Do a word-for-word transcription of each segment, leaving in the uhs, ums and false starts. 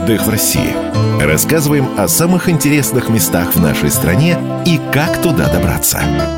Отдых в России. Рассказываем о самых интересных местах в нашей стране и как туда добраться.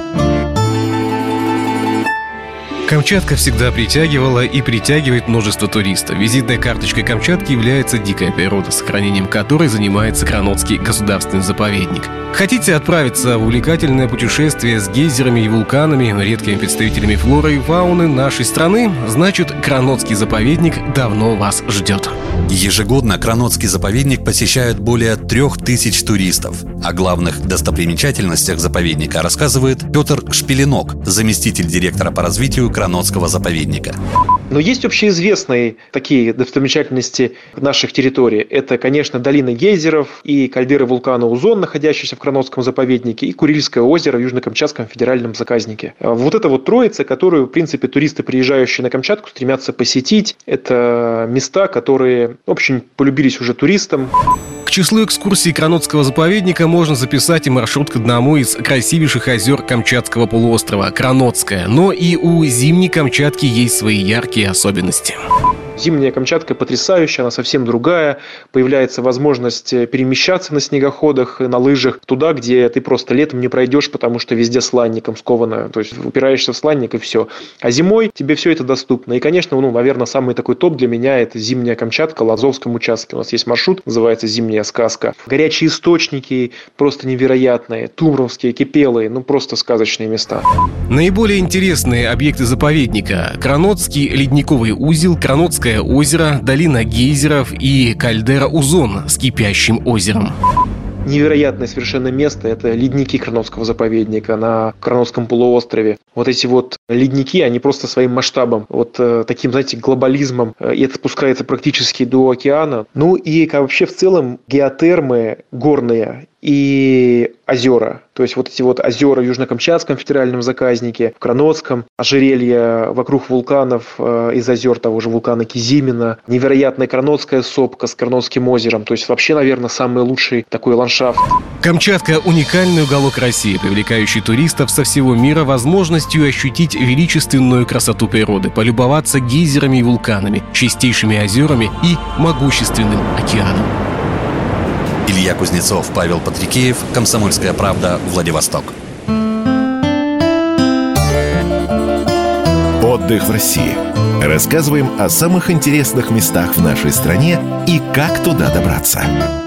Камчатка всегда притягивала и притягивает множество туристов. Визитной карточкой Камчатки является дикая природа, сохранением которой занимается Кранотский государственный заповедник. Хотите отправиться в увлекательное путешествие с гейзерами и вулканами, редкими представителями флоры и фауны нашей страны? Значит, Кранотский заповедник давно вас ждет. Ежегодно Кранотский заповедник посещают более трех тысяч туристов. О главных достопримечательностях заповедника рассказывает Петр Шпилинок, заместитель директора по развитию Кранотского заповедника. Но есть общеизвестные такие достопримечательности наших территорий. Это, конечно, долина гейзеров и кальдера вулкана Узон, находящаяся в Кранотском заповеднике, и Курильское озеро в Южно-Камчатском федеральном заказнике. Вот это вот троица, которую, в принципе, туристы, приезжающие на Камчатку, стремятся посетить. Это места, которые очень полюбились уже туристам. К числу экскурсий Кранотского заповедника можно записать и маршрут к одному из красивейших озер Камчатского полуострова – Кранотское. Но и у зимней Камчатки есть свои яркие особенности. Зимняя Камчатка потрясающая, она совсем другая. Появляется возможность перемещаться на снегоходах, на лыжах туда, где ты просто летом не пройдешь, потому что везде сланником сковано. То есть упираешься в сланник и все. А зимой тебе все это доступно. И, конечно, ну, наверное, самый такой топ для меня – это зимняя Камчатка в Лазовском участке. У нас есть маршрут, называется «Зимняя сказка». Горячие источники просто невероятные. Тумровские, Кипелые, ну просто сказочные места. Наиболее интересные объекты заповедника – Кранотский ледниковый узел, Кранотское озеро, долина гейзеров и кальдера Узон с кипящим озером. Невероятное совершенно место – это ледники Кранотского заповедника на Кранотском полуострове. Вот эти вот ледники, они просто своим масштабом, вот э, таким, знаете, глобализмом, э, и это спускается практически до океана. Ну и как вообще в целом геотермы горные и озера. То есть вот эти вот озера в Южно-Камчатском федеральном заказнике, в Кранотском, ожерелья вокруг вулканов, э, из озер того же вулкана Кизимина, невероятная Кранотская сопка с Кранотским озером. То есть вообще, наверное, самый лучший такой ландшафт. Камчатка – уникальный уголок России, привлекающий туристов со всего мира возможностью ощутить величественную красоту природы, полюбоваться гейзерами и вулканами, чистейшими озерами и могущественным океаном. Илья Кузнецов, Павел Патрикеев, «Комсомольская правда», Владивосток. Отдых в России. Рассказываем о самых интересных местах в нашей стране и как туда добраться.